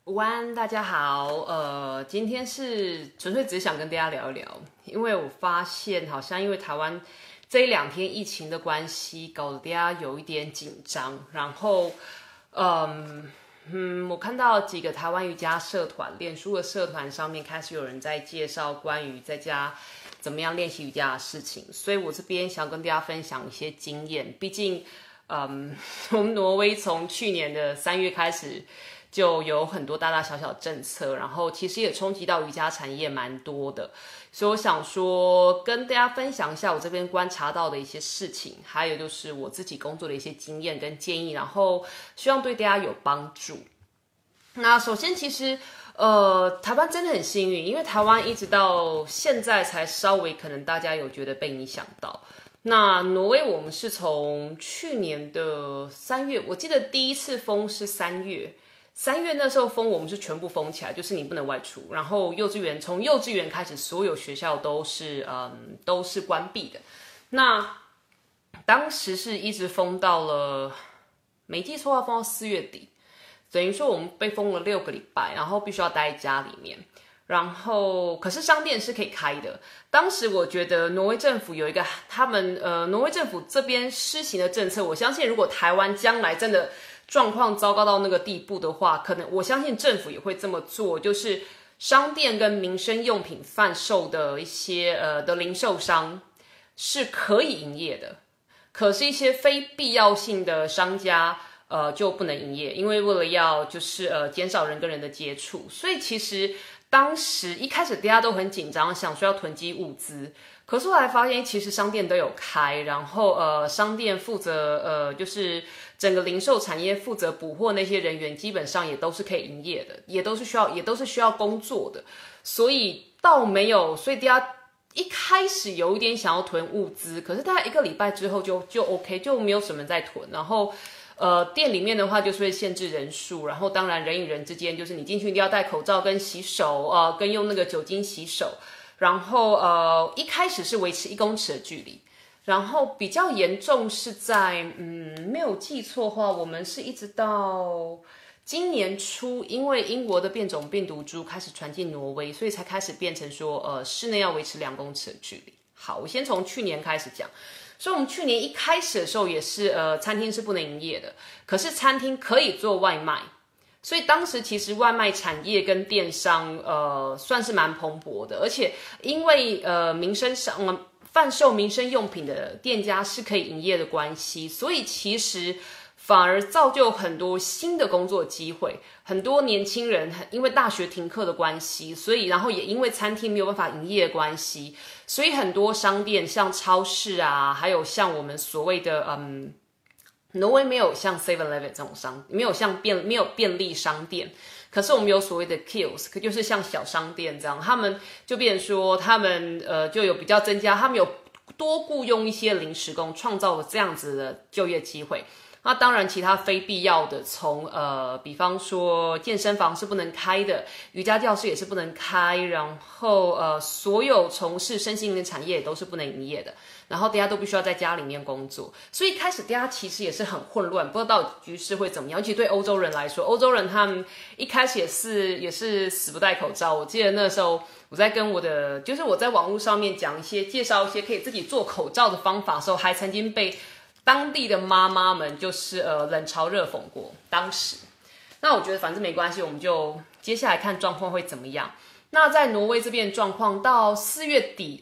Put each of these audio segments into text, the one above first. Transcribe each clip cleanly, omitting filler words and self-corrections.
午安，大家好。今天是纯粹只想跟大家聊一聊，因为我发现好像因为台湾这一两天疫情的关系，搞得大家有一点紧张。然后，我看到几个台湾瑜伽社团、脸书的社团上面开始有人在介绍关于在家怎么样练习瑜伽的事情，所以我这边想跟大家分享一些经验。毕竟，我们挪威从去年的3月开始。就有很多大大小小政策，然后其实也冲击到瑜伽产业蛮多的，所以我想说跟大家分享一下我这边观察到的一些事情，还有就是我自己工作的一些经验跟建议，然后希望对大家有帮助。那首先其实台湾真的很幸运，因为台湾一直到现在才稍微可能大家有觉得被影响到。那挪威我们是从去年的3月，我记得第一次封是3月那时候封，我们是全部封起来，就是你不能外出。然后从幼稚园开始，所有学校都是关闭的。那当时是一直封到了，没记错的话封到4月底，等于说我们被封了6个礼拜，然后必须要待在家里面。然后，可是商店是可以开的。当时我觉得挪威政府有一个挪威政府这边施行的政策，我相信如果台湾将来真的状况糟糕到那个地步的话，可能我相信政府也会这么做，就是商店跟民生用品贩售的一些的零售商是可以营业的，可是一些非必要性的商家就不能营业，因为为了要就是减少人跟人的接触，所以其实当时一开始大家都很紧张，想说要囤积物资。可是后来发现，其实商店都有开，然后商店负责就是整个零售产业负责补货那些人员，基本上也都是可以营业的，也都是需要工作的，所以倒没有，所以大家一开始有一点想要囤物资，可是大概1个礼拜之后就 OK， 就没有什么在囤，然后。店里面的话就是会限制人数，然后当然人与人之间就是你进去一定要戴口罩跟洗手，跟用那个酒精洗手，然后一开始是维持1公尺的距离，然后比较严重是在没有记错的话，我们是一直到今年初，因为英国的变种病毒株开始传进挪威，所以才开始变成说室内要维持2公尺的距离。好，我先从去年开始讲。所以，我们去年一开始的时候也是，餐厅是不能营业的，可是餐厅可以做外卖，所以当时其实外卖产业跟电商，算是蛮蓬勃的，而且因为贩售民生用品的店家是可以营业的关系，所以其实反而造就很多新的工作机会。很多年轻人因为大学停课的关系，所以然后也因为餐厅没有办法营业的关系，所以很多商店像超市啊，还有像我们所谓的挪威没有像 7-Eleven 这种没有便利商店，可是我们有所谓的 kiosk， 就是像小商店这样，他们就变成说他们就有比较增加，他们有多雇佣一些临时工，创造了这样子的就业机会。那当然，其他非必要的，比方说健身房是不能开的，瑜伽教室也是不能开，然后所有从事身心灵的产业也都是不能营业的，然后大家都必须要在家里面工作，所以一开始大家其实也是很混乱，不知道到底局势会怎么样。尤其对欧洲人来说，欧洲人他们一开始也是死不戴口罩。我记得那时候我在跟我在网络上面介绍一些可以自己做口罩的方法的时候，还曾经被当地的妈妈们就是冷嘲热讽过。当时，那我觉得反正没关系，我们就接下来看状况会怎么样。那在挪威这边的状况，到4月底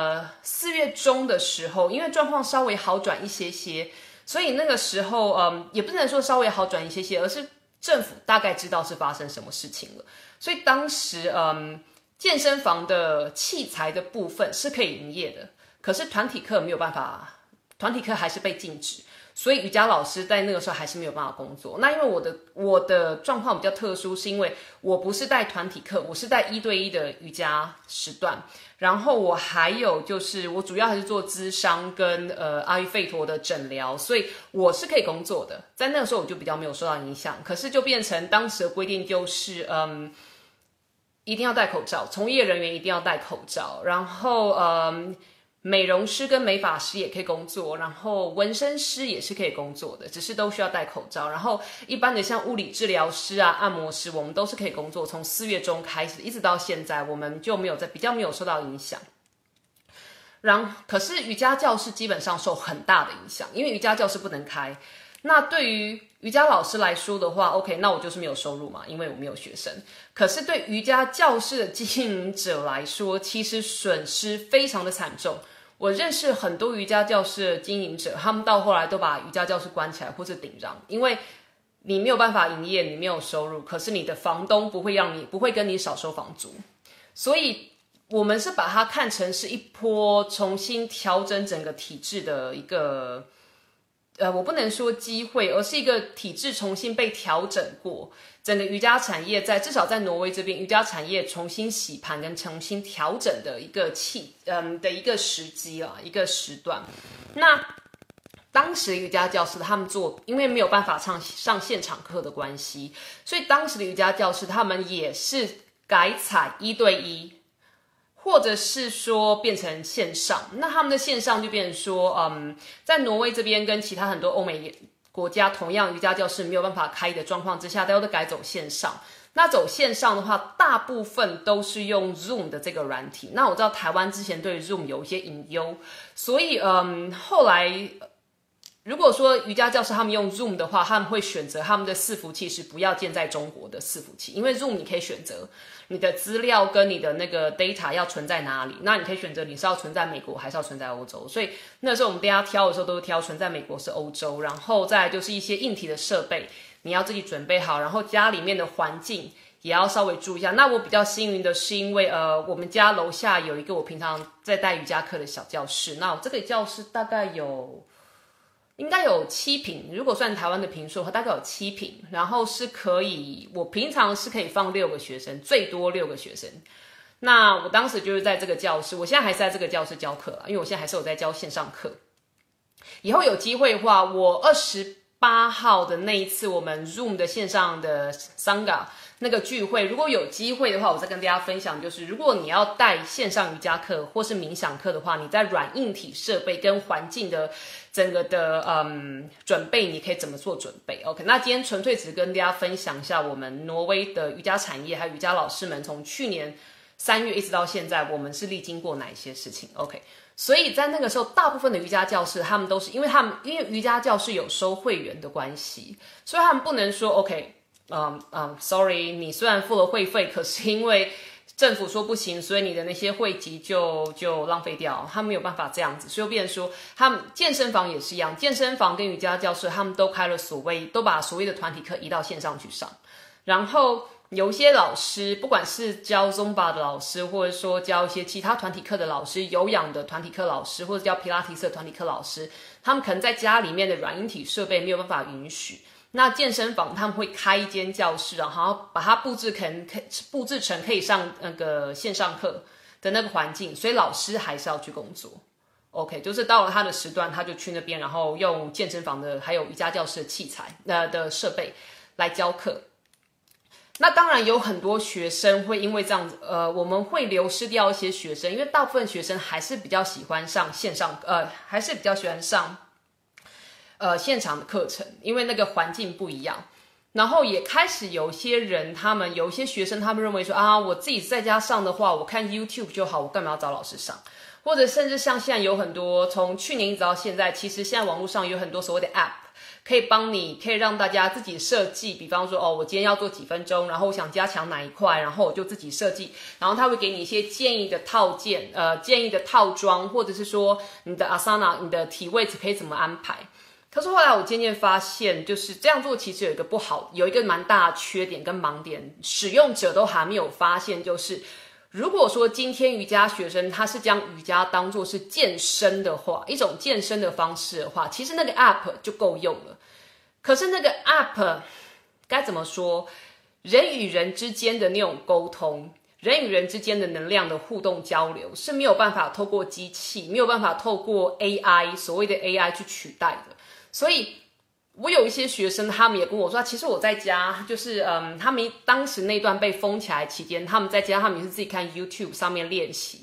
，4月中的时候，因为状况稍微好转一些些，所以那个时候也不能说稍微好转一些些，而是政府大概知道是发生什么事情了，所以当时健身房的器材的部分是可以营业的，可是团体课没有办法。团体课还是被禁止，所以瑜伽老师在那个时候还是没有办法工作。那因为我的状况比较特殊，是因为我不是带团体课，我是带1对1的瑜伽时段，然后我还有就是我主要还是做咨商跟阿育吠陀的诊疗，所以我是可以工作的。在那个时候我就比较没有受到影响，可是就变成当时的规定就是一定要戴口罩，从业人员一定要戴口罩，然后美容师跟美发师也可以工作，然后纹身师也是可以工作的，只是都需要戴口罩。然后一般的像物理治疗师啊、按摩师，我们都是可以工作。从4月中开始，一直到现在，我们就比较没有受到影响。可是瑜伽教室基本上受很大的影响，因为瑜伽教室不能开。那对于瑜伽老师来说的话 ，OK， 那我就是没有收入嘛，因为我没有学生。可是对瑜伽教室的经营者来说，其实损失非常的惨重。我认识很多瑜伽教室的经营者，他们到后来都把瑜伽教室关起来或是顶让，因为你没有办法营业，你没有收入，可是你的房东不会跟你少收房租，所以我们是把它看成是一波重新调整整个体制的一个。我不能说机会，而是一个体制重新被调整过，整个瑜伽产业至少在挪威这边，瑜伽产业重新洗盘跟重新调整的一个一个时机啊，一个时段。那当时瑜伽教室他们因为没有办法上现场课的关系，所以当时的瑜伽教室他们也是改采1对1。或者是说变成线上，那他们的线上就变成说，在挪威这边跟其他很多欧美国家同样瑜伽教室没有办法开的状况之下，大家都改走线上。那走线上的话，大部分都是用 Zoom 的这个软体。那我知道台湾之前对 Zoom 有一些隐忧，所以后来如果说瑜伽教室他们用 Zoom 的话，他们会选择他们的伺服器是不要建在中国的伺服器，因为 Zoom 你可以选择你的资料跟你的那个 data 要存在哪里，那你可以选择你是要存在美国还是要存在欧洲，所以那时候我们大家挑的时候都是挑存在美国是欧洲，然后再来就是一些硬体的设备你要自己准备好，然后家里面的环境也要稍微注意一下。那我比较幸运的是因为我们家楼下有一个我平常在带瑜伽课的小教室，那我这个教室大概应该有7坪，如果算台湾的坪数的话，大概有7坪，然后我平常是可以放6个学生，最多6个学生。那我当时就是在这个教室，我现在还是在这个教室教课啦，因为我现在还是有在教线上课。以后有机会的话，我28号的那一次我们 Zoom 的线上的 Sangha 那个聚会，如果有机会的话，我再跟大家分享，就是如果你要带线上瑜伽课或是冥想课的话，你在软硬体设备跟环境的整个的准备，你可以怎么做准备 ？OK， 那今天纯粹只是跟大家分享一下我们挪威的瑜伽产业还有瑜伽老师们从去年3月一直到现在，我们是历经过哪一些事情 ？OK， 所以在那个时候，大部分的瑜伽教室他们都是因为瑜伽教室有收会员的关系，所以他们不能说 OK。Sorry， 你虽然付了会费，可是因为政府说不行，所以你的那些会籍就浪费掉，他没有办法这样子，所以变成说，他们健身房也是一样，健身房跟瑜伽教室他们都开了都把所谓的团体课移到线上去上，然后有一些老师，不管是教 Zumba 的老师，或者说教一些其他团体课的老师，有氧的团体课老师，或者教皮拉提斯的团体课老师，他们可能在家里面的软硬体设备没有办法允许。那健身房他们会开一间教室，然后把它布置成可以上那个线上课的那个环境，所以老师还是要去工作。OK， 就是到了他的时段，他就去那边，然后用健身房的还有瑜伽教室的器材的设备来教课。那当然有很多学生会因为这样子，我们会流失掉一些学生，因为大部分学生还是比较喜欢上线上，还是比较喜欢上现场的课程，因为那个环境不一样。然后也开始有些人，有一些学生，他们认为说啊，我自己在家上的话，我看 YouTube 就好，我干嘛要找老师上？或者甚至像现在有很多，从去年一直到现在，其实现在网络上有很多所谓的 App， 可以让大家自己设计，比方说我今天要做几分钟，然后我想加强哪一块，然后我就自己设计，然后他会给你一些建议的建议的套装，或者是说你的 Asana， 你的体位可以怎么安排。可是后来我渐渐发现，就是这样做其实有一个蛮大的缺点跟盲点，使用者都还没有发现，就是如果说今天瑜伽学生他是将瑜伽当作是健身的话，一种健身的方式的话，其实那个 App 就够用了。可是那个 App 该怎么说，人与人之间的那种沟通，人与人之间的能量的互动交流是没有办法透过机器，没有办法透过 AI 所谓的 AI 去取代的。所以我有一些学生，他们也跟我说，其实我在家就是他们当时那段被封起来期间，他们在家他们也是自己看 YouTube 上面练习，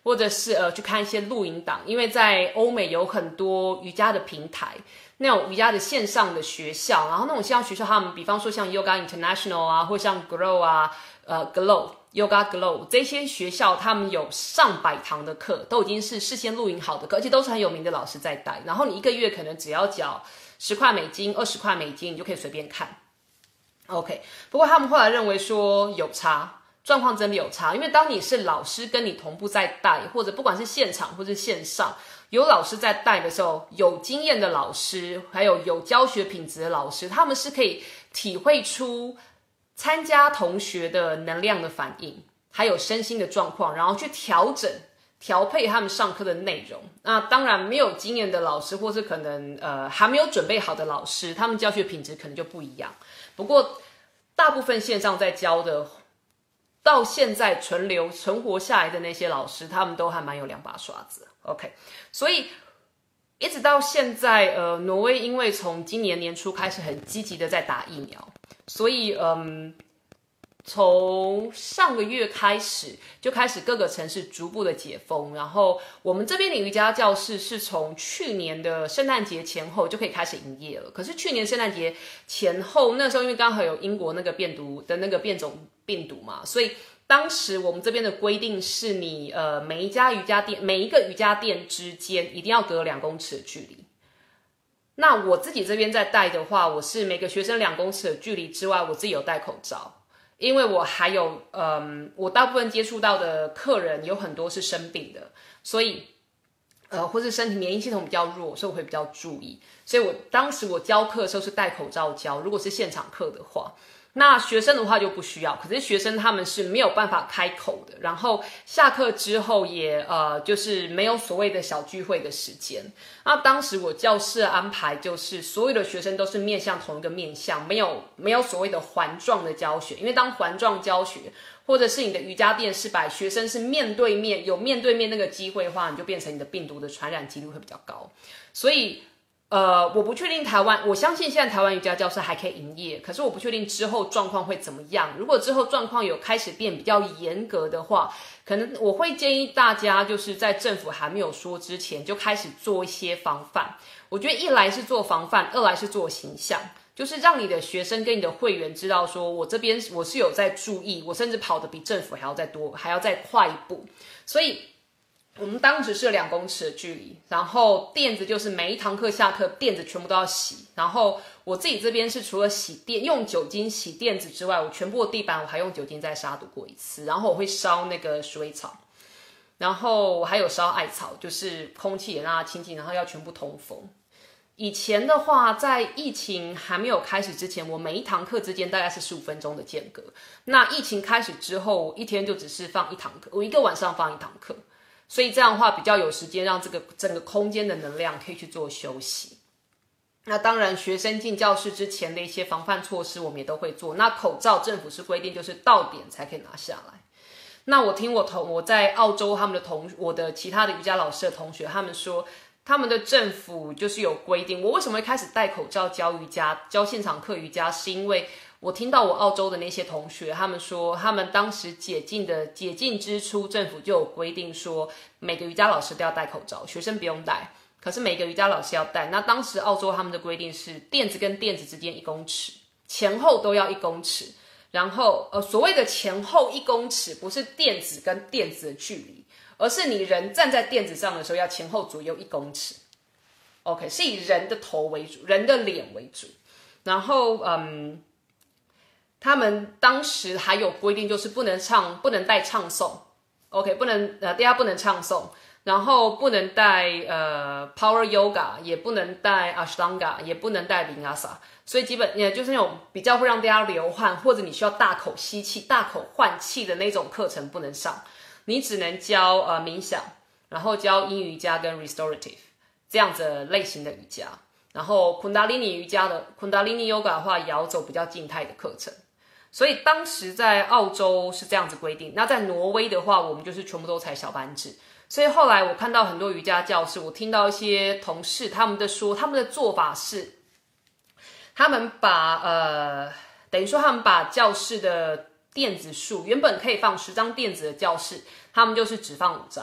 或者是去看一些录影档，因为在欧美有很多瑜伽的平台，那种瑜伽的线上的学校，然后那种线上学校，他们比方说像 Yoga International 啊，或像 Grow 啊，Yoga Glow 这些学校，他们有上百堂的课，都已经是事先录影好的课，而且都是很有名的老师在带。然后你一个月可能只要缴$10、$20，你就可以随便看。OK， 不过他们后来认为说有差，状况真的有差，因为当你是老师跟你同步在带，或者不管是现场或是线上，有老师在带的时候，有经验的老师，还有教学品质的老师，他们是可以体会出参加同学的能量的反应，还有身心的状况，然后去调配他们上课的内容。那当然没有经验的老师，或是可能还没有准备好的老师，他们教学品质可能就不一样。不过大部分线上在教的，到现在存活下来的那些老师，他们都还蛮有两把刷子。OK， 所以一直到现在，挪威因为从今年年初开始很积极的在打疫苗，所以从上个月开始就开始各个城市逐步的解封，然后我们这边的瑜伽教室是从去年的圣诞节前后就可以开始营业了。可是去年圣诞节前后那时候，因为刚好有英国那个变种病毒嘛，所以当时我们这边的规定是你每一个瑜伽店之间一定要隔2公尺的距离。那我自己这边在带的话，我是每个学生2公尺的距离之外，我自己有戴口罩。因为我还有我大部分接触到的客人有很多是生病的，所以或是身体免疫系统比较弱，所以我会比较注意。所以当时我教课的时候是戴口罩教，如果是现场课的话。那学生的话就不需要，可是学生他们是没有办法开口的，然后下课之后也就是没有所谓的小聚会的时间。那当时我教室的安排就是所有的学生都是面向同一个面向，没有所谓的环状的教学，因为当环状教学或者是你的瑜伽垫是摆学生是面对面那个机会的话，你就变成你的病毒的传染几率会比较高。所以我不确定台湾，我相信现在台湾瑜伽教室还可以营业，可是我不确定之后状况会怎么样。如果之后状况有开始变比较严格的话，可能我会建议大家就是在政府还没有说之前就开始做一些防范。我觉得一来是做防范，二来是做形象，就是让你的学生跟你的会员知道说我这边我是有在注意，我甚至跑得比政府还要再多，还要再快一步。所以我们当时是2公尺的距离，然后垫子就是每一堂课下课垫子全部都要洗，然后我自己这边是除了用酒精洗垫子之外，我全部的地板我还用酒精再杀毒过一次，然后我会烧那个水草，然后我还有烧艾草，就是空气也让它清净，然后要全部通风。以前的话，在疫情还没有开始之前，我每一堂课之间大概是15分钟的间隔。那疫情开始之后，一天就只是放1堂课，我一个晚上放1堂课。所以这样的话比较有时间让这个整个空间的能量可以去做休息。那当然学生进教室之前的一些防范措施我们也都会做。那口罩政府是规定就是到点才可以拿下来。那我听我在澳洲我的其他的瑜伽老师的同学他们说，他们的政府就是有规定。我为什么会开始戴口罩教瑜伽，教现场课瑜伽，是因为我听到我澳洲的那些同学，他们说他们当时解禁之初，政府就有规定说每个瑜伽老师都要戴口罩，学生不用戴，可是每个瑜伽老师要戴。那当时澳洲他们的规定是垫子跟垫子之间1公尺，前后都要1公尺。然后所谓的前后1公尺不是垫子跟垫子的距离，而是你人站在垫子上的时候要前后左右1公尺。OK， 是以人的头为主，人的脸为主。然后他们当时还有规定，就是不能带唱诵 ，OK， 大家不能唱诵，然后不能带Power Yoga， 也不能带 Ashtanga， 也不能带 Vinyasa， 所以基本就是那种比较会让大家流汗，或者你需要大口吸气、大口换气的那种课程不能上，你只能教冥想，然后教阴瑜伽跟 Restorative 这样子类型的瑜伽，然后 Kundalini Yoga 的话也要走比较静态的课程。所以当时在澳洲是这样子规定，那在挪威的话，我们就是全部都采小班制。所以后来我看到很多瑜伽教室，我听到一些同事他们的做法是，他们等于说他们把教室的垫子数原本可以放10张垫子的教室，他们就是只放5张。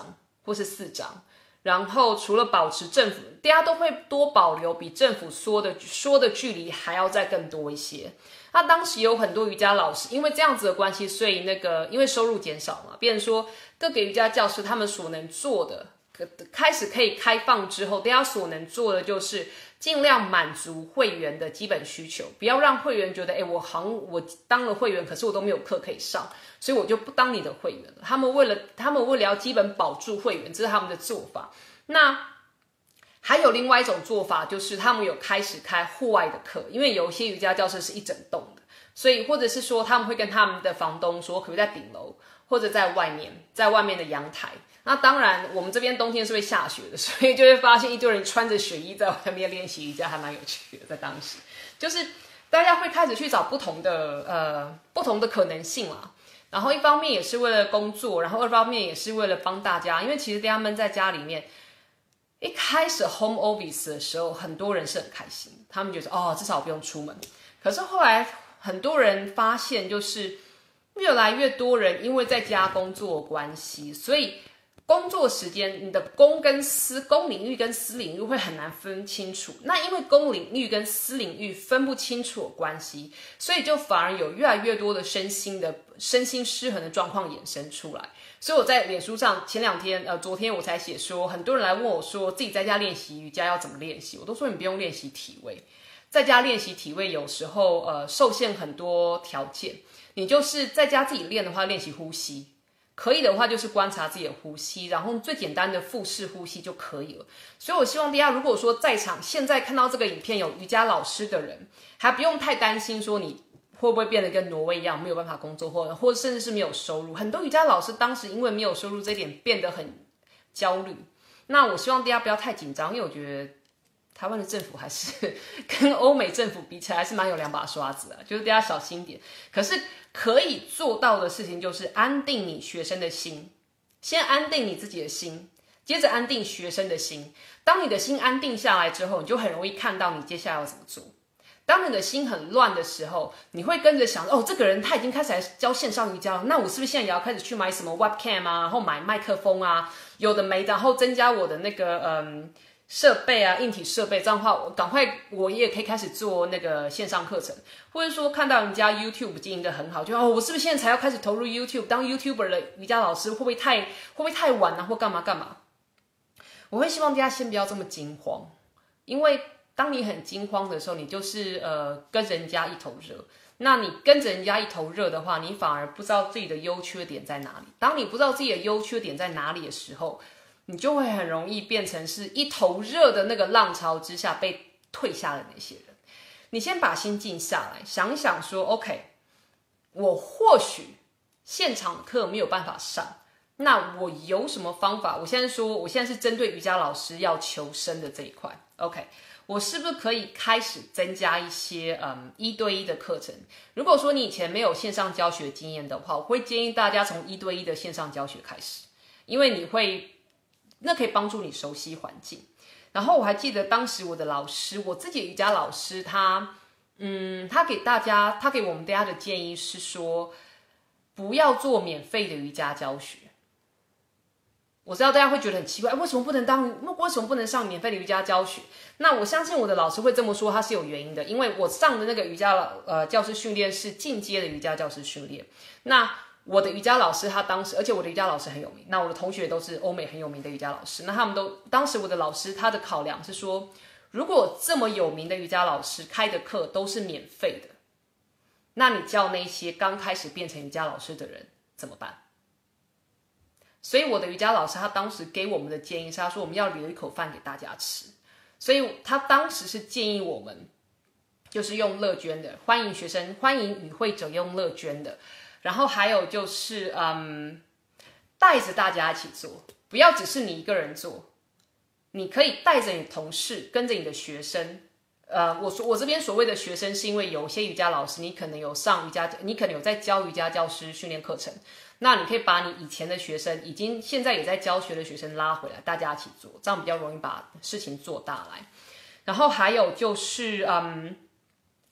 或是4张。然后除了保持政府，大家都会多保留比政府说的距离还要再更多一些。那当时有很多瑜伽老师，因为这样子的关系，所以因为收入减少嘛，变成说各个瑜伽教师他们所能做的，开始可以开放之后，大家所能做的就是尽量满足会员的基本需求，不要让会员觉得，我当了会员，可是我都没有课可以上，所以我就不当你的会员了。他们为了要基本保住会员，这是他们的做法。那还有另外一种做法，就是他们有开始开户外的课，因为有一些瑜伽教室是一整栋的，所以或者是说他们会跟他们的房东说，可不可以在顶楼或者在外面的阳台。那当然，我们这边冬天是会下雪的，所以就会发现一堆人穿着雪衣在外面练习瑜伽，还蛮有趣的。在当时，就是大家会开始去找不同的可能性啦。然后一方面也是为了工作，然后二方面也是为了帮大家，因为其实大家们在家里面一开始 home office 的时候，很多人是很开心，他们觉得至少不用出门。可是后来很多人发现，就是越来越多人因为在家工作的关系，所以工作时间，你的公领域跟私领域会很难分清楚。那因为公领域跟私领域分不清楚的关系，所以就反而有越来越多的身心失衡的状况衍生出来。所以我在脸书上昨天我才写说，很多人来问我说自己在家练习瑜伽要怎么练习，我都说你不用练习体位，在家练习体位有时候受限很多条件，你就是在家自己练的话，练习呼吸。可以的话，就是观察自己的呼吸，然后最简单的腹式呼吸就可以了。所以我希望大家，如果说在场现在看到这个影片有瑜伽老师的人，还不用太担心说你会不会变得跟挪威一样没有办法工作，或者甚至是没有收入。很多瑜伽老师当时因为没有收入这一点变得很焦虑。那我希望大家不要太紧张，因为我觉得台湾的政府还是跟欧美政府比起来还是蛮有两把刷子的，就是大家小心点。可是可以做到的事情就是安定你学生的心，先安定你自己的心，接着安定学生的心。当你的心安定下来之后，你就很容易看到你接下来要怎么做。当你的心很乱的时候，你会跟着想，这个人他已经开始来教线上瑜伽了，那我是不是现在也要开始去买什么 webcam 啊，然后买麦克风啊，有的没的，然后增加我的那个设备啊，硬体设备，这样的话，赶快我也可以开始做那个线上课程，或者说看到人家 YouTube 经营的很好，就我是不是现在才要开始投入 YouTube 当 YouTuber 的瑜伽老师，会不会太晚啊，或干嘛？我会希望大家先不要这么惊慌，因为当你很惊慌的时候，你就是跟人家一头热。那你跟着人家一头热的话，你反而不知道自己的优缺点在哪里。当你不知道自己的优缺点在哪里的时候，你就会很容易变成是一头热的那个浪潮之下被退下的那些人。你先把心静下来，想一想说 OK， 我或许现场课没有办法上，那我有什么方法？我现在是针对瑜伽老师要求生的这一块 OK， 我是不是可以开始增加一些1对1的课程？如果说你以前没有线上教学经验的话，我会建议大家从1对1的线上教学开始，因为那可以帮助你熟悉环境。然后我还记得当时我的老师，我自己的瑜伽老师，他给我们大家的建议是说，不要做免费的瑜伽教学。我知道大家会觉得很奇怪，为什么不能上免费的瑜伽教学？那我相信我的老师会这么说，他是有原因的，因为我上的那个瑜伽教师训练是进阶的瑜伽教师训练。那我的瑜伽老师他当时，而且我的瑜伽老师很有名，那我的同学都是欧美很有名的瑜伽老师，那他们当时我的老师他的考量是说，如果这么有名的瑜伽老师开的课都是免费的，那你教那些刚开始变成瑜伽老师的人怎么办？所以我的瑜伽老师他当时给我们的建议是，他说我们要留一口饭给大家吃，所以他当时是建议我们就是用乐捐的，欢迎与会者用乐捐的。然后还有就是带着大家一起做，不要只是你一个人做，你可以带着你同事，跟着你的学生。我这边所谓的学生，是因为有些瑜伽老师，你可能有在教瑜伽教师训练课程，那你可以把你以前的学生，现在也在教学的学生拉回来，大家一起做，这样比较容易把事情做大来。然后还有就是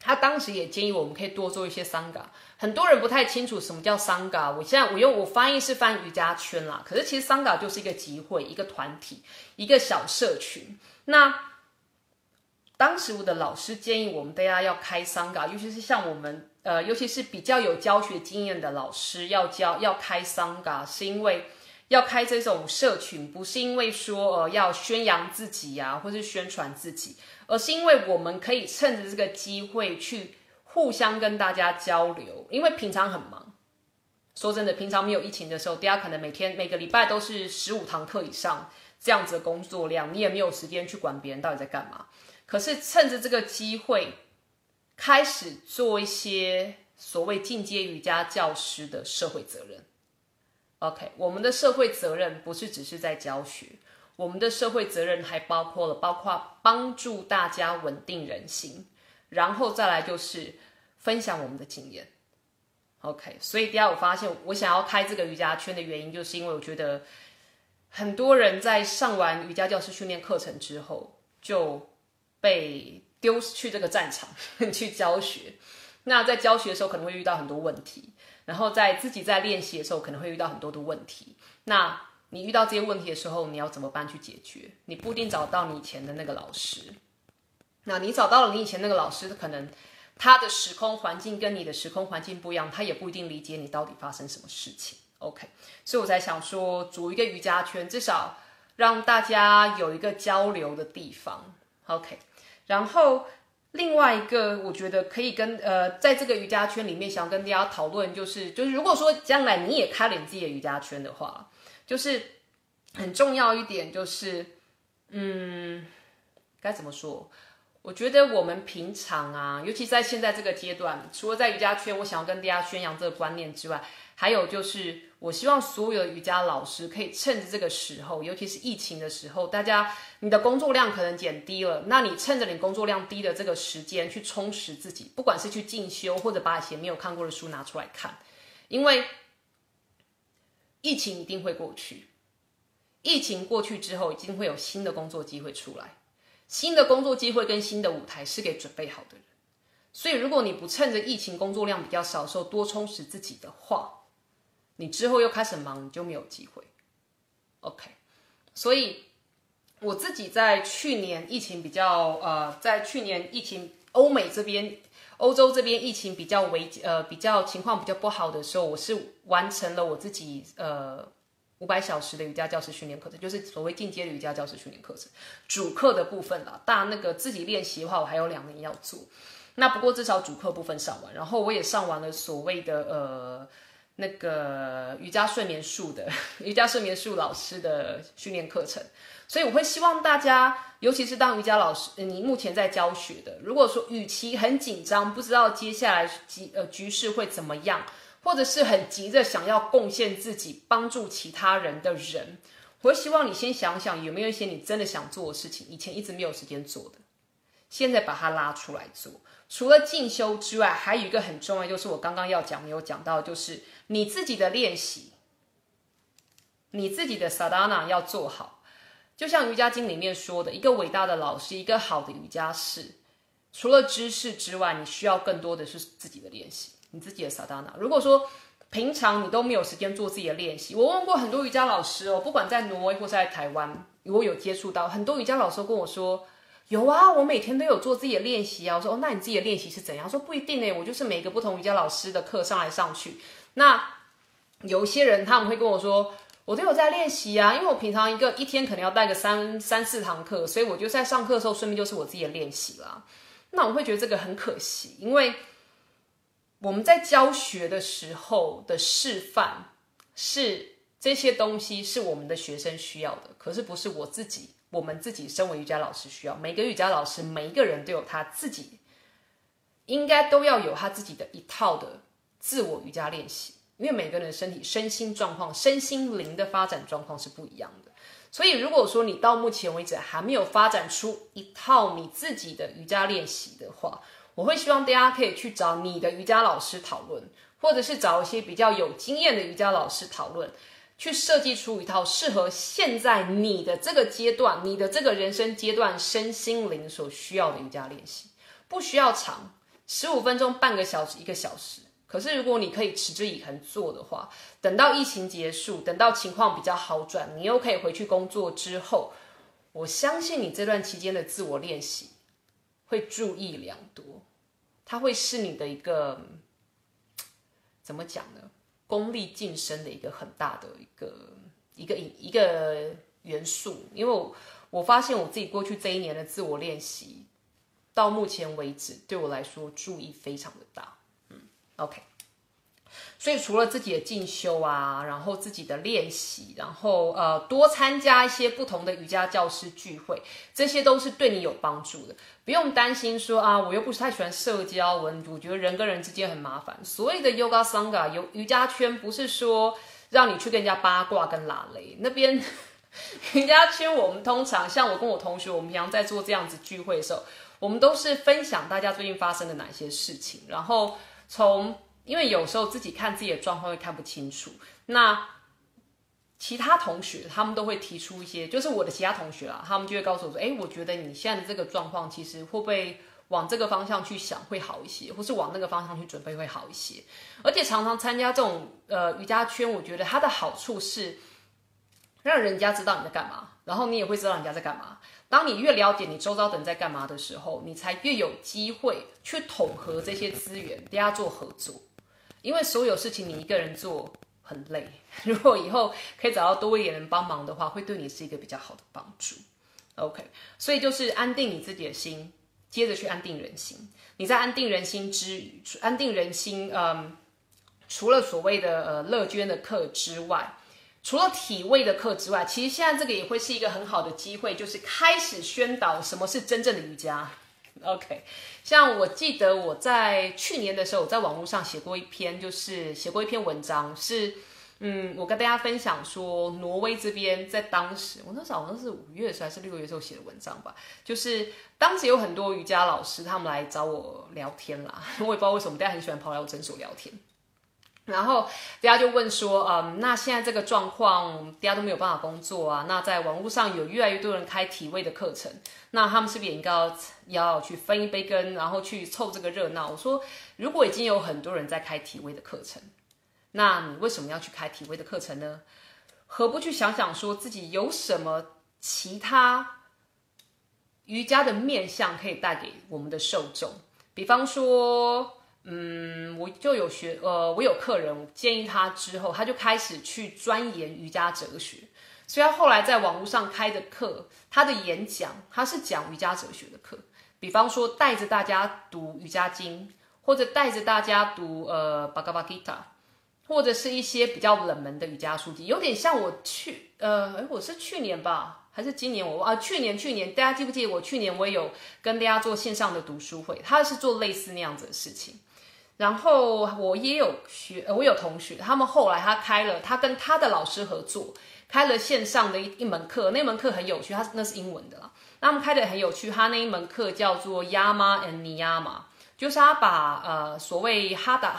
他当时也建议我们可以多做一些桑嘎。很多人不太清楚什么叫桑嘎，我翻译是翻瑜伽圈啦，可是其实桑嘎就是一个集会、一个团体、一个小社群。那当时我的老师建议我们大家要开桑嘎，尤其是像我们尤其是比较有教学经验的老师要开桑嘎，是因为要开这种社群，不是因为说要宣扬自己啊，或是宣传自己，而是因为我们可以趁着这个机会去互相跟大家交流。因为平常很忙，说真的，平常没有疫情的时候，大家可能每个礼拜都是15堂课以上这样子的工作量，你也没有时间去管别人到底在干嘛。可是趁着这个机会，开始做一些所谓进阶瑜伽教师的社会责任。OK， 我们的社会责任不是只是在教学，我们的社会责任还包括帮助大家稳定人心，然后再来就是分享我们的经验。OK， 所以第二我发现我想要开这个瑜伽圈的原因，就是因为我觉得很多人在上完瑜伽教师训练课程之后，就被丢去这个战场去教学。那在教学的时候可能会遇到很多问题，然后自己在练习的时候可能会遇到很多的问题。那你遇到这些问题的时候，你要怎么办去解决？你不一定找到你以前的那个老师。那你找到了你以前那个老师，可能他的时空环境跟你的时空环境不一样，他也不一定理解你到底发生什么事情。OK， 所以我才想说组一个瑜伽圈，至少让大家有一个交流的地方。OK， 然后另外一个我觉得可以在这个瑜伽圈里面想跟大家讨论，就是如果说将来你也开了你自己的瑜伽圈的话，就是很重要一点就是该怎么说？我觉得我们平常啊，尤其在现在这个阶段，除了在瑜伽圈我想要跟大家宣扬这个观念之外，还有就是我希望所有的瑜伽老师可以趁着这个时候，尤其是疫情的时候，你的工作量可能减低了，那你趁着你工作量低的这个时间去充实自己，不管是去进修或者把以前没有看过的书拿出来看。因为疫情一定会过去，疫情过去之后一定会有新的工作机会出来，新的工作机会跟新的舞台是给准备好的人。所以如果你不趁着疫情工作量比较少的时候多充实自己的话，你之后又开始忙，你就没有机会。OK， 所以我自己在去年疫情欧洲这边疫情比较情况比较不好的时候，我是完成了我自己500小时的瑜伽教师训练课程，就是所谓进阶的瑜伽教师训练课程，主课的部分啦。当然那个自己练习的话，我还有2年要做。那不过至少主课部分上完，然后我也上完了所谓的那个瑜伽睡眠术老师的训练课程。所以我会希望大家，尤其是当瑜伽老师，你目前在教学的，如果说与其很紧张，不知道接下来局势会怎么样，或者是很急着想要贡献自己帮助其他人的人，我会希望你先想想有没有一些你真的想做的事情，以前一直没有时间做的，现在把它拉出来做。除了进修之外，还有一个很重要，就是我刚刚没有讲到，就是你自己的练习，你自己的 sadhana 要做好。就像瑜伽经里面说的，一个伟大的老师，一个好的瑜伽士，除了知识之外，你需要更多的是自己的练习，你自己的 sadhana。如果说平常你都没有时间做自己的练习，我问过很多瑜伽老师哦，不管在挪威或是在台湾，我有接触到很多瑜伽老师跟我说，有啊，我每天都有做自己的练习啊。我说那你自己的练习是怎样？说不一定耶，我就是每个不同瑜伽老师的课上来上去。那有一些人他们会跟我说，我都有在练习啊，因为我平常一天可能要带个3-4堂课，所以我就在上课的时候顺便就是我自己的练习啦。那我会觉得这个很可惜，因为我们在教学的时候的示范是这些东西是我们的学生需要的，可是不是我们自己身为瑜伽老师需要。每个瑜伽老师每一个人都有他自己，应该都要有他自己的一套的自我瑜伽练习。因为每个人的身心状况、身心灵的发展状况是不一样的，所以如果说你到目前为止还没有发展出一套你自己的瑜伽练习的话，我会希望大家可以去找你的瑜伽老师讨论，或者是找一些比较有经验的瑜伽老师讨论，去设计出一套适合现在你的这个阶段、你的这个人生阶段身心灵所需要的瑜伽练习。不需要长， 15分钟、半个小时、1个小时。可是如果你可以持之以恒做的话，等到疫情结束，等到情况比较好转，你又可以回去工作之后，我相信你这段期间的自我练习会助益良多，它会是你的一个怎么讲呢？功力晋升的一个很大的一个元素。因为我发现我自己过去这1年的自我练习，到目前为止对我来说注意非常的大。OK。所以除了自己的进修啊，然后自己的练习，然后多参加一些不同的瑜伽教师聚会，这些都是对你有帮助的。不用担心说啊，我又不是太喜欢社交，我觉得人跟人之间很麻烦。所谓的 Yoga Sangha 瑜伽圈不是说让你去跟人家八卦跟拉雷，那边瑜伽圈我们通常像我跟我同学，我们平常在做这样子聚会的时候，我们都是分享大家最近发生的哪些事情，然后因为有时候自己看自己的状况会看不清楚，那其他同学他们都会提出一些，就是我的其他同学啊，他们就会告诉我说，我觉得你现在的这个状况其实会不会往这个方向去想会好一些，或是往那个方向去准备会好一些。而且常常参加这种瑜伽圈，我觉得它的好处是让人家知道你在干嘛，然后你也会知道人家在干嘛。当你越了解你周遭的人在干嘛的时候，你才越有机会去统合这些资源，大家做合作。因为所有事情你一个人做很累，如果以后可以找到多一点人帮忙的话，会对你是一个比较好的帮助。OK， 所以就是安定你自己的心，接着去安定人心。你在安定人心之余，除了所谓的乐捐的课之外，除了体位的课之外，其实现在这个也会是一个很好的机会，就是开始宣导什么是真正的瑜伽。OK， 像我记得我在去年的时候，我在网络上写过一篇文章，是我跟大家分享说，挪威这边在当时，我那时候好像是5月的时候还是6月的时候写的文章吧，就是当时有很多瑜伽老师他们来找我聊天啦，我也不知道为什么大家很喜欢跑来我诊所聊天。然后大家就问说，那现在这个状况，大家都没有办法工作啊。那在网络上有越来越多人开体位的课程，那他们是不是也应该要去分一杯羹，然后去凑这个热闹？我说，如果已经有很多人在开体位的课程，那你为什么要去开体位的课程呢？何不去想想说自己有什么其他瑜伽的面向可以带给我们的受众？比方说。我有客人，我建议他之后，他就开始去钻研瑜伽哲学，所以他后来在网络上开的课，他的演讲，他是讲瑜伽哲学的课，比方说带着大家读瑜伽经，或者带着大家读Bhagavad Gita， 或者是一些比较冷门的瑜伽书籍，有点像我是去年吧。还是今年去年大家记不记得我去年我也有跟大家做线上的读书会，他是做类似那样子的事情。然后我有同学，他们后来他跟他的老师合作，开了线上的一门课，那门课很有趣，那是英文的啦。那他们开的很有趣，他那一门课叫做 Yama and Niyama， 就是他把所谓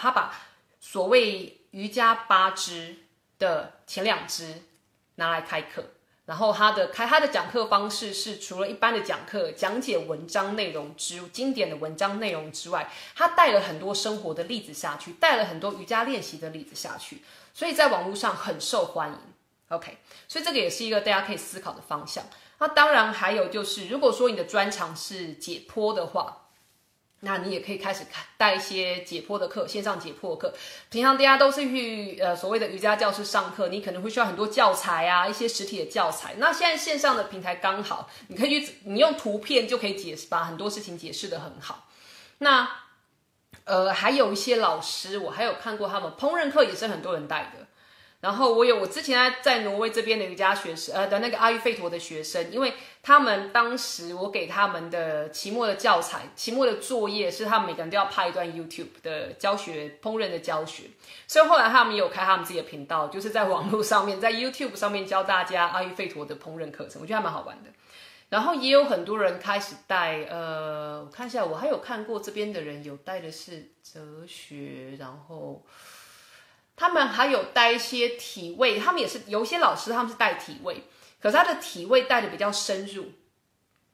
瑜伽8支的前2支拿来开课。然后他的讲课方式是除了一般的讲课讲解文章内容经典的文章内容之外，他带了很多生活的例子下去，带了很多瑜伽练习的例子下去，所以在网络上很受欢迎。OK， 所以这个也是一个大家可以思考的方向。那当然还有就是，如果说你的专长是解剖的话，那你也可以开始带一些解剖的课，线上解剖的课。平常大家都是去所谓的瑜伽教室上课，你可能会需要很多教材啊，一些实体的教材。那现在线上的平台刚好，你用图片就可以把很多事情解释得很好。那还有一些老师，我还有看过他们烹饪课也是很多人带的。然后我之前在挪威这边的瑜伽学生的那个阿育吠陀的学生，因为他们当时我给他们的期末的教材、期末的作业是他们每个人都要拍一段 YouTube 的教学烹饪的教学，所以后来他们也有开他们自己的频道，就是在网络上面，在 YouTube 上面教大家阿育吠陀的烹饪课程，我觉得还蛮好玩的。然后也有很多人开始带，我看一下，我还有看过这边的人有带的是哲学，然后。他们还有带一些体位，他们也是有一些老师他们是带体位，可是他的体位带的比较深入。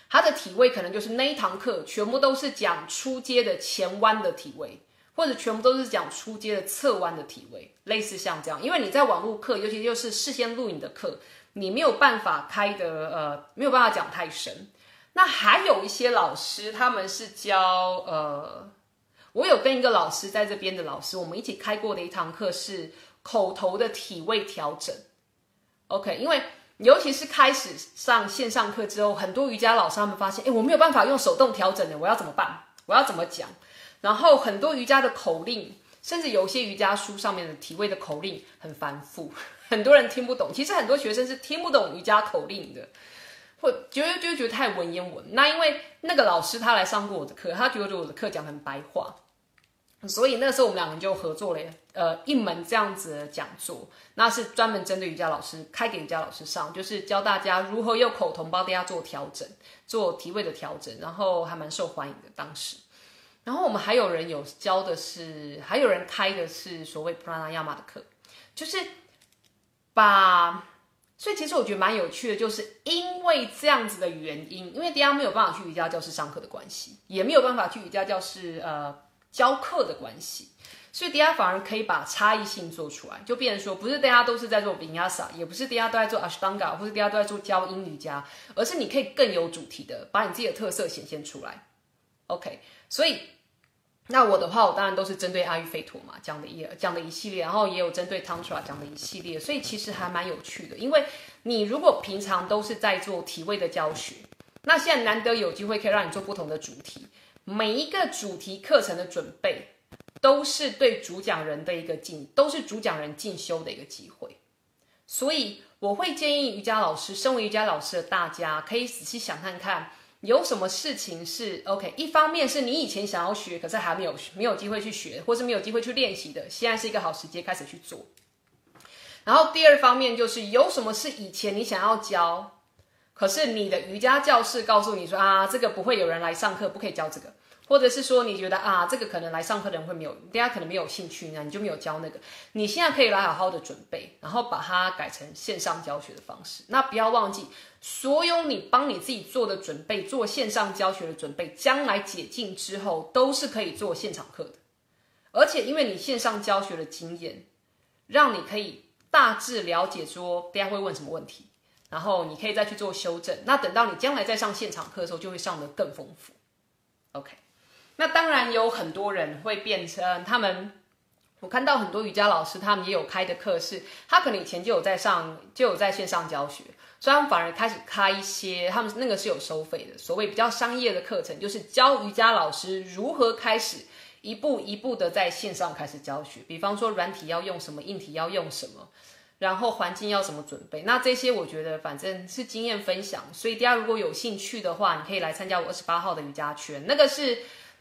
它的体位可能就是那一堂课全部都是讲初阶的前弯的体位，或者全部都是讲初阶的侧弯的体位，类似像这样。因为你在网络课，尤其就是事先录影的课，你没有办法没有办法讲太深。那还有一些老师，他们是教我有跟一个老师在这边的老师，我们一起开过的一堂课是口头的体位调整。OK， 因为尤其是开始上线上课之后，很多瑜伽老师他们发现，我没有办法用手动调整的，我要怎么办？我要怎么讲？然后很多瑜伽的口令，甚至有些瑜伽书上面的体位的口令很繁复，很多人听不懂。其实很多学生是听不懂瑜伽口令的，或就会觉得太文言文。那因为那个老师他来上过我的课，他觉得我的课讲很白话。所以那时候我们两个人就合作了一门这样子的讲座，那是专门针对瑜伽老师开给瑜伽老师上，就是教大家如何用口头帮大家做调整，做体位的调整，然后还蛮受欢迎的当时。然后我们还有人还有人开的是所谓 Pranayama 的课，就是所以其实我觉得蛮有趣的，就是因为这样子的原因，因为大家没有办法去瑜伽教室上课的关系，也没有办法去瑜伽教室教课的关系，所以大家反而可以把差异性做出来，就变成说，不是大家都是在做 Vinyasa， 也不是大家都在做 Ashtanga， 或是大家都在做教阴瑜伽，而是你可以更有主题的把你自己的特色显现出来。OK， 所以那我的话，我当然都是针对阿育吠陀嘛讲的一系列，然后也有针对 Tantra 讲的一系列，所以其实还蛮有趣的。因为你如果平常都是在做体位的教学，那现在难得有机会可以让你做不同的主题。每一个主题课程的准备，都是对主讲人的都是主讲人进修的一个机会。所以我会建议瑜伽老师，身为瑜伽老师的大家，可以仔细想看看，有什么事情是 OK。一方面是你以前想要学，可是还没有机会去学，或是没有机会去练习的，现在是一个好时间开始去做。然后第二方面就是有什么是以前你想要教，可是你的瑜伽教室告诉你说这个不会有人来上课，不可以教这个，或者是说你觉得这个可能来上课的人大家可能没有兴趣，那你就没有教那个。你现在可以来好好的准备，然后把它改成线上教学的方式。那不要忘记，所有你帮你自己做的准备，做线上教学的准备，将来解禁之后都是可以做现场课的。而且因为你线上教学的经验，让你可以大致了解说大家会问什么问题。然后你可以再去做修正，那等到你将来再上现场课的时候，就会上得更丰富。OK， 那当然有很多人会变成我看到很多瑜伽老师，他们也有开的课是，他可能以前就有在线上教学，所以他们反而开始开一些，他们那个是有收费的，所谓比较商业的课程，就是教瑜伽老师如何开始一步一步的在线上开始教学，比方说软体要用什么，硬体要用什么。然后环境要怎么准备？那这些我觉得反正是经验分享，所以大家如果有兴趣的话，你可以来参加我28号的瑜伽圈。那个是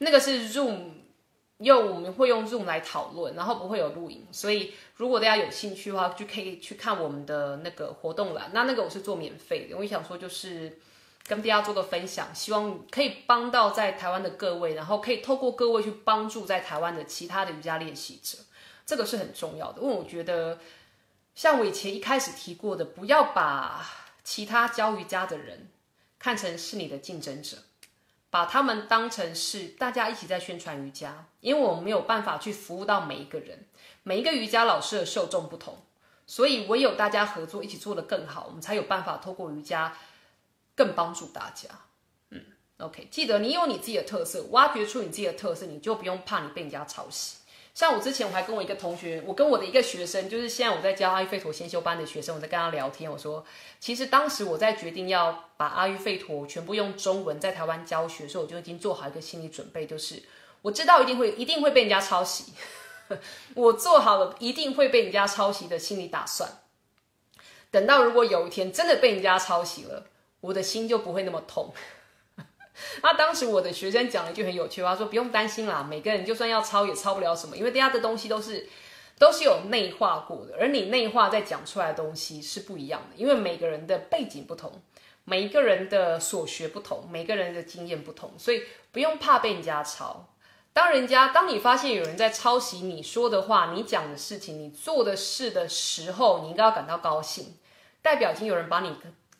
Zoom， 我们会用 Zoom 来讨论，然后不会有录影，所以如果大家有兴趣的话，就可以去看我们的那个活动栏。那个我是做免费的，我想说就是跟大家做个分享，希望可以帮到在台湾的各位，然后可以透过各位去帮助在台湾的其他的瑜伽练习者，这个是很重要的，因为我觉得。像我以前一开始提过的，不要把其他教瑜伽的人看成是你的竞争者，把他们当成是大家一起在宣传瑜伽，因为我们没有办法去服务到每一个人，每一个瑜伽老师的受众不同，所以唯有大家合作一起做得更好，我们才有办法透过瑜伽更帮助大家。OK， 记得你有你自己的特色，挖掘出你自己的特色，你就不用怕你被人家抄袭。像我之前我还跟我一个同学，我跟我的一个学生，就是现在我在教阿育吠陀先修班的学生，我在跟他聊天，我说其实当时我在决定要把阿育吠陀全部用中文在台湾教学的时候，我就已经做好一个心理准备，就是我知道一定会被人家抄袭我做好了一定会被人家抄袭的心理打算，等到如果有一天真的被人家抄袭了，我的心就不会那么痛那当时我的学生讲了一句很有趣的话，说不用担心啦，每个人就算要抄也抄不了什么，因为大家的东西都是有内化过的，而你内化再讲出来的东西是不一样的，因为每个人的背景不同，每一个人的所学不同，每个人的经验不同，所以不用怕被人家抄。当你发现有人在抄袭你说的话，你讲的事情，你做的事的时候，你应该要感到高兴，代表已经有人把你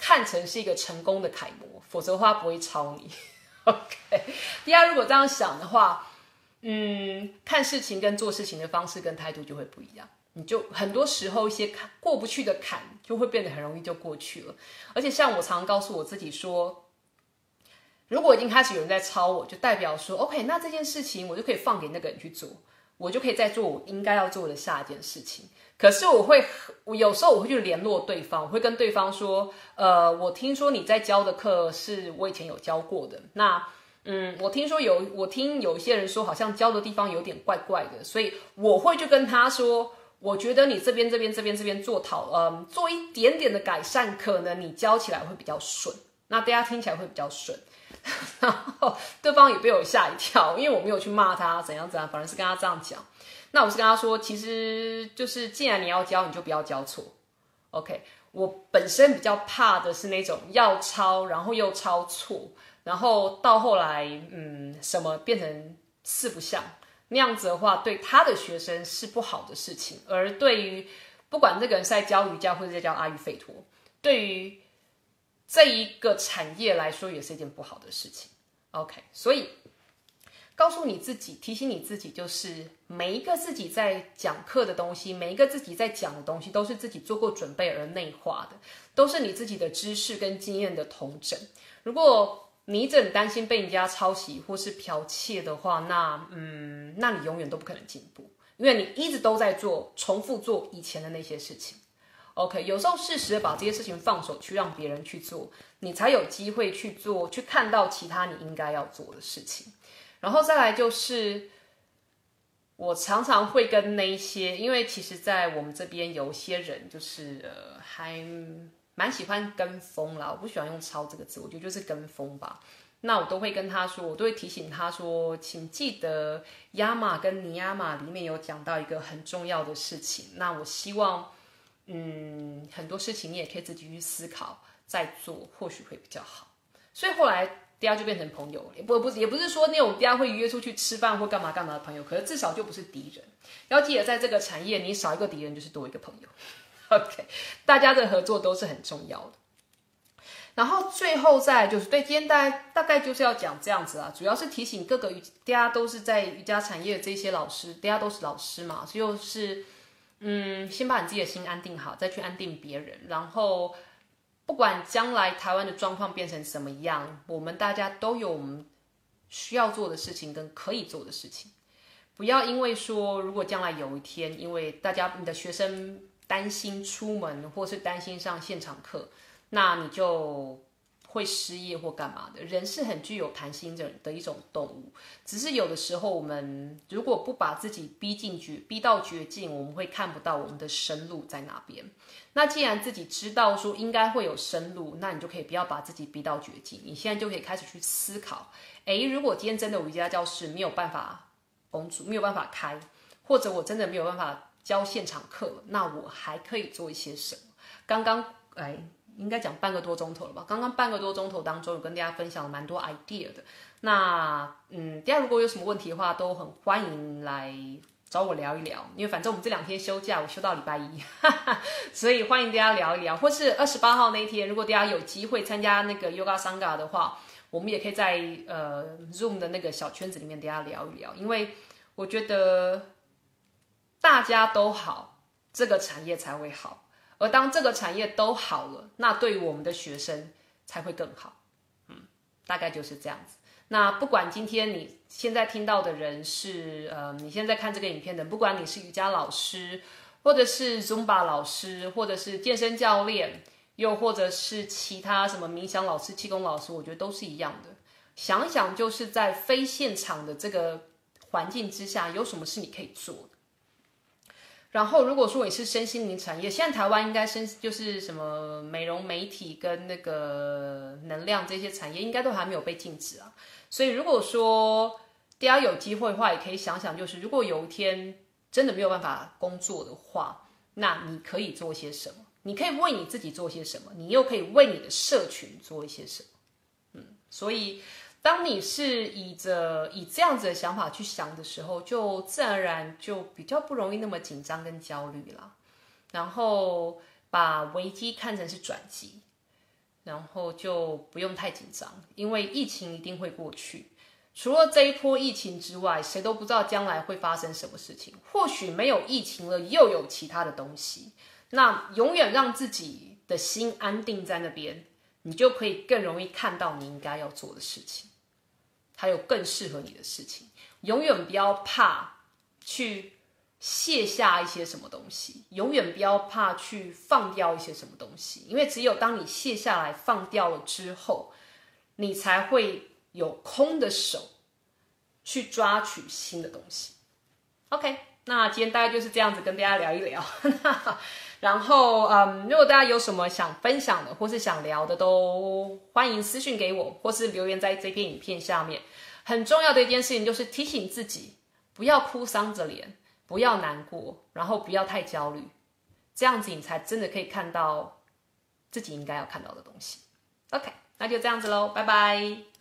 看成是一个成功的楷模，否则的话不会抄你。OK， 第二，如果这样想的话，看事情跟做事情的方式跟态度就会不一样。你就很多时候一些过不去的坎，就会变得很容易就过去了。而且像我常常告诉我自己说，如果已经开始有人在抄我，就代表说 OK， 那这件事情我就可以放给那个人去做，我就可以再做我应该要做的下一件事情。可是我有时候我会去联络对方，我会跟对方说，我听说你在教的课是我以前有教过的，那我听有一些人说好像教的地方有点怪怪的，所以我会去跟他说，我觉得你这边做一点点的改善，可能你教起来会比较顺，那大家听起来会比较顺。然后对方也被我吓一跳，因为我没有去骂他怎样，反而是跟他这样讲。那我是跟他说，其实就是既然你要教，你就不要教错。OK， 我本身比较怕的是那种要抄，然后又抄错，然后到后来什么变成四不像那样子的话，对他的学生是不好的事情，而对于不管这个人是在教瑜伽或者在教阿育吠陀，对于这一个产业来说也是一件不好的事情。 OK， 所以告诉你自己，提醒你自己，就是每一个自己在讲课的东西，每一个自己在讲的东西，都是自己做过准备而内化的，都是你自己的知识跟经验的统整。如果你一直很担心被人家抄袭或是剽窃的话，那你永远都不可能进步，因为你一直都在重复做以前的那些事情。OK， 有时候适时的把这些事情放手去让别人去做，你才有机会去做，去看到其他你应该要做的事情。然后再来就是，我常常会跟那一些，因为其实在我们这边有一些人就是还蛮喜欢跟风啦，我不喜欢用抄这个字，我觉得就是跟风吧。那我都会跟他说，我都会提醒他说，请记得亚玛跟尼亚玛里面有讲到一个很重要的事情。那我希望很多事情你也可以自己去思考再做，或许会比较好。所以后来大家就变成朋友了，也不是说那种大家会约出去吃饭或干嘛干嘛的朋友，可是至少就不是敌人。要记得在这个产业，你少一个敌人就是多一个朋友。OK， 大家的合作都是很重要的。然后最后再来就是对，今天大概就是要讲这样子啦，主要是提醒各个大家都是在瑜伽产业的这些老师，大家都是老师嘛，就是先把你自己的心安定好，再去安定别人。然后不管将来台湾的状况变成什么样，我们大家都有我们需要做的事情跟可以做的事情。不要因为说，如果将来有一天，因为你的学生担心出门，或是担心上现场课，那你就会失业或干嘛的。人是很具有弹性的一种动物，只是有的时候我们如果不把自己逼到绝境，我们会看不到我们的生路在哪边。那既然自己知道说应该会有生路，那你就可以不要把自己逼到绝境。你现在就可以开始去思考，如果今天真的瑜伽教室没有办法工作，没有办法开，或者我真的没有办法教现场课了，那我还可以做一些什么？刚刚应该讲半个多钟头了吧？刚刚半个多钟头当中，有跟大家分享了蛮多 idea 的。那大家如果有什么问题的话，都很欢迎来找我聊一聊。因为反正我们这2天休假，我休到礼拜一，所以欢迎大家聊一聊。或是28号那一天，如果大家有机会参加那个 Yoga Sangha 的话，我们也可以在Zoom 的那个小圈子里面大家聊一聊。因为我觉得大家都好，这个产业才会好。而当这个产业都好了，那对于我们的学生才会更好。大概就是这样子。那不管今天你现在听到的人是你现在看这个影片的，不管你是瑜伽老师，或者是 Zumba 老师，或者是健身教练，又或者是其他什么冥想老师、气功老师，我觉得都是一样的。想一想，就是在非现场的这个环境之下，有什么是你可以做的。然后，如果说你是身心灵产业，现在台湾应该就是什么美容美体跟那个能量这些产业，应该都还没有被禁止啊。所以，如果说大家有机会的话，也可以想想，就是如果有一天真的没有办法工作的话，那你可以做些什么？你可以为你自己做些什么？你又可以为你的社群做一些什么？所以。当你是以这样子的想法去想的时候，就自然而然就比较不容易那么紧张跟焦虑啦。然后把危机看成是转机， 然后就不用太紧张，因为疫情一定会过去。除了这一波疫情之外，谁都不知道将来会发生什么事情。或许没有疫情了，又有其他的东西。那永远让自己的心安定在那边，你就可以更容易看到你应该要做的事情，还有更适合你的事情。永远不要怕去卸下一些什么东西，永远不要怕去放掉一些什么东西，因为只有当你卸下来放掉了之后，你才会有空的手去抓取新的东西。 OK， 那今天大概就是这样子跟大家聊一聊然后如果大家有什么想分享的或是想聊的，都欢迎私讯给我，或是留言在这篇影片下面。很重要的一件事情就是提醒自己不要哭丧着脸，不要难过，然后不要太焦虑，这样子你才真的可以看到自己应该要看到的东西。 OK， 那就这样子咯，拜拜。